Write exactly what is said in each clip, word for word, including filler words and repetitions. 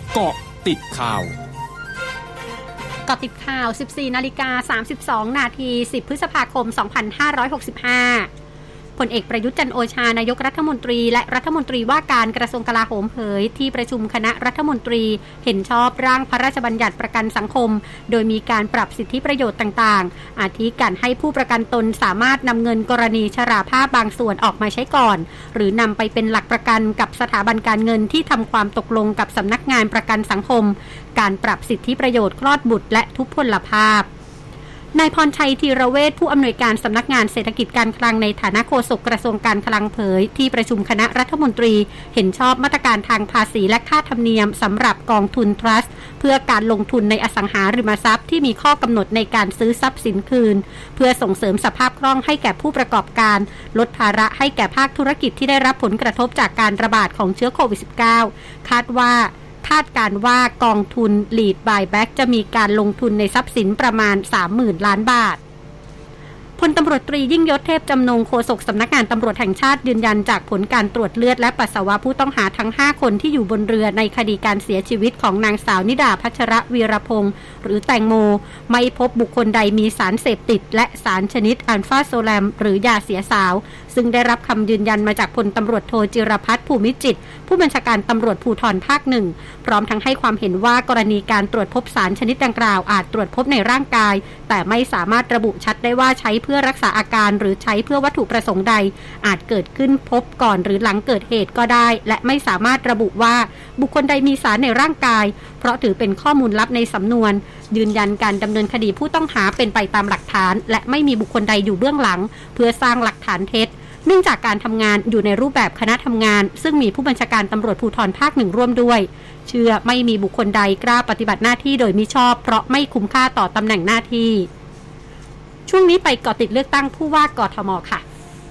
เกาะติดข่าวเกาะติดข่าว สิบสี่นาฬิกาสามสิบสองนาที สิบพฤษภาคมสองพันห้าร้อยหกสิบห้าพลเอกประยุทธ์จันทร์โอชานายกรัฐมนตรีและรัฐมนตรีว่าการกระทรวงกลาโหมเผยที่ประชุมคณะรัฐมนตรีเห็นชอบร่างพระราชบัญญัติประกันสังคมโดยมีการปรับสิทธิประโยชน์ต่างๆอาทิการให้ผู้ประกันตนสามารถนำเงินกรณีชราภาพบางส่วนออกมาใช้ก่อนหรือนำไปเป็นหลักประกันกับสถาบันการเงินที่ทำความตกลงกับสำนักงานประกันสังคมการปรับสิทธิประโยชน์คลอดบุตรและทุพพลภาพนายพรชัยธีรเวชผู้อำนวยการสำนักงานเศรษฐกิจการคลังในฐานะโฆษกกระทรวงการคลังเผยที่ประชุมคณะรัฐมนตรีเห็นชอบมาตรการทางภาษีและค่าธรรมเนียมสำหรับกองทุนทรัสต์เพื่อการลงทุนในอสังหาริมทรัพย์ที่มีข้อกำหนดในการซื้อทรัพย์สินคืนเพื่อส่งเสริมสภาพคล่องให้แก่ผู้ประกอบการลดภาระให้แก่ภาคธุรกิจที่ได้รับผลกระทบจากการระบาดของเชื้อโควิด สิบเก้า คาดว่าคาดการว่ากองทุน Lead Buyback จะมีการลงทุนในทรัพย์สินประมาณ สามหมื่น ล้านบาทพลตำรวจตรียิ่งยศเทพจำนงโฆษกสำนักงานตำรวจแห่งชาติยืนยันจากผลการตรวจเลือดและปัสสาวะผู้ต้องหาทั้งห้าคนที่อยู่บนเรือในคดีการเสียชีวิตของนางสาวนิดาภัชรวีรพงษ์หรือแตงโมไม่พบบุคคลใดมีสารเสพติดและสารชนิดอัลฟาโซแลมหรือยาเสียสาวซึ่งได้รับคำยืนยันมาจากพลตำรวจโทจิรพัฒน์ภูมิจิตรผู้บัญชาการตำรวจภูธรภาคหนึ่งพร้อมทั้งให้ความเห็นว่ากรณีการตรวจพบสารชนิดดังกล่าวอาจตรวจพบในร่างกายแต่ไม่สามารถระบุชัดได้ว่าใช้เพื่อรักษาอาการหรือใช้เพื่อวัตถุประสงค์ใดอาจเกิดขึ้นพบก่อนหรือหลังเกิดเหตุก็ได้และไม่สามารถระบุว่าบุคคลใดมีสารในร่างกายเพราะถือเป็นข้อมูลลับในสำนวนยืนยันการดำเนินคดีผู้ต้องหาเป็นไปตามหลักฐานและไม่มีบุคคลใดอยู่เบื้องหลังเพื่อสร้างหลักฐานเท็จเนื่องจากการทำงานอยู่ในรูปแบบคณะทำงานซึ่งมีผู้บัญชาการตำรวจภูธรภาคหนึ่งร่วมด้วยเชื่อไม่มีบุคคลใดกล้าปฏิบัติหน้าที่โดยมิชอบเพราะไม่คุ้มค่าต่อตำแหน่งหน้าที่ช่วงนี้ไปเกาะติดเลือกตั้งผู้ว่ากทมค่ะ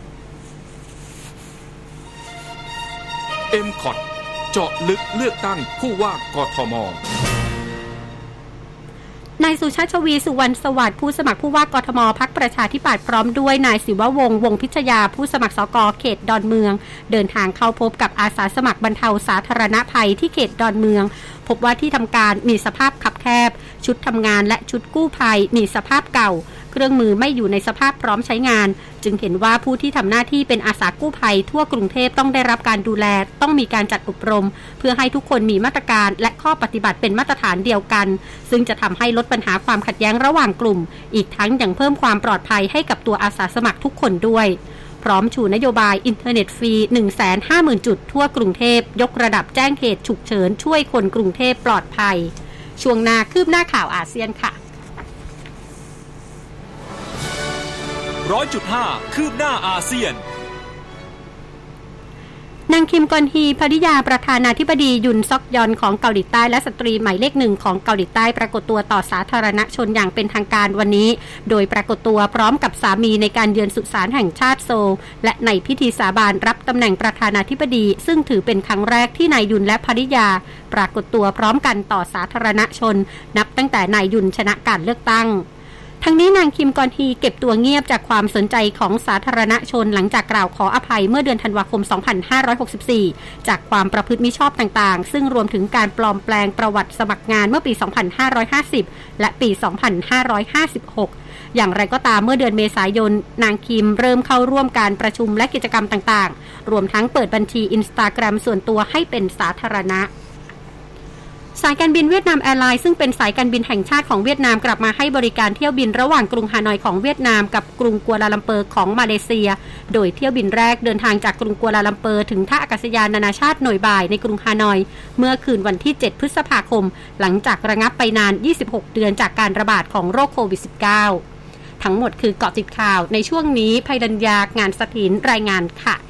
เอ็ม คอท เจาะลึกเลือกตั้งผู้ว่ากทมนายสุชาติ ชวีสุวรรณสวัสดิ์ผู้สมัครผู้ว่ากทมพรรคประชาธิปัตย์พร้อมด้วยนายศิววงศ์วงศ์พิชยาผู้สมัครสกเขตดอนเมืองเดินทางเข้าพบกับอาสาสมัครบรรเทาสาธารณภัยที่เขตดอนเมืองพบว่าที่ทำการมีสภาพคับแคบชุดทำงานและชุดกู้ภัยมีสภาพเก่าเครื่องมือไม่อยู่ในสภาพพร้อมใช้งานจึงเห็นว่าผู้ที่ทำหน้าที่เป็นอาสากู้ภัยทั่วกรุงเทพต้องได้รับการดูแลต้องมีการจัดอบรมเพื่อให้ทุกคนมีมาตรการและข้อปฏิบัติเป็นมาตรฐานเดียวกันซึ่งจะทำให้ลดปัญหาความขัดแย้งระหว่างกลุ่มอีกทั้งยังเพิ่มความปลอดภัยให้กับตัวอาสาสมัครทุกคนด้วยพร้อมชูนโยบายอินเทอร์เน็ตฟรี หนึ่งแสนห้าหมื่น จุดทั่วกรุงเทพยกระดับแจ้งเหตุฉุกเฉินช่วยคนกรุงเทพปลอดภัยช่วงหน้าคืบหน้าข่าวอาเซียนค่ะร้อยจุดห้า คืบหน้าอาเซียนนางคิมกอนฮีภริยาประธานาธิบดียุนซอกยอนของเกาหลีใต้และสตรีหมายเลขหนึ่งของเกาหลีใต้ปรากฏตัวต่อสาธารณชนอย่างเป็นทางการวันนี้โดยปรากฏตัวพร้อมกับสามีในการเยือนสุสานแห่งชาติโซลและในพิธีสาบานรับตำแหน่งประธานาธิบดีซึ่งถือเป็นครั้งแรกที่นายยุนและภริยาปรากฏตัวพร้อมกันต่อสาธารณชนนับตั้งแต่นายยุนชนะการเลือกตั้งทั้งนี้นางคิมกอนฮีเก็บตัวเงียบจากความสนใจของสาธารณชนหลังจากกล่าวขออภัยเมื่อเดือนธันวาคมสองพันห้าร้อยหกสิบสี่จากความประพฤติมิชอบต่างๆซึ่งรวมถึงการปลอมแปลงประวัติสมัครงานเมื่อปีสองพันห้าร้อยห้าสิบและปีสองพันห้าร้อยห้าสิบหกอย่างไรก็ตามเมื่อเดือนเมษายนนางคิมเริ่มเข้าร่วมการประชุมและกิจกรรมต่างๆรวมทั้งเปิดบัญชี Instagram ส่วนตัวให้เป็นสาธารณะสายการบินเวียดนามแอร์ไลน์ซึ่งเป็นสายการบินแห่งชาติของเวียดนามกลับมาให้บริการเที่ยวบินระหว่างกรุงฮานอยของเวียดนามกับกรุงกัวลาลัมเปอร์ของมาเลเซียโดยเที่ยวบินแรกเดินทางจากกรุงกัวลาลัมเปอร์ถึงท่าอากาศยานนานาชาติหน่วยบ่ายในกรุงฮานอยเมื่อคืนวันที่เจ็ดพฤษภาคมหลังจากระงับไปนานยี่สิบหกเดือนจากการระบาดของโรคโควิด สิบเก้า ทั้งหมดคือเกาะติดข่าวในช่วงนี้ภัยดัญญางานสถินรายงานค่ะ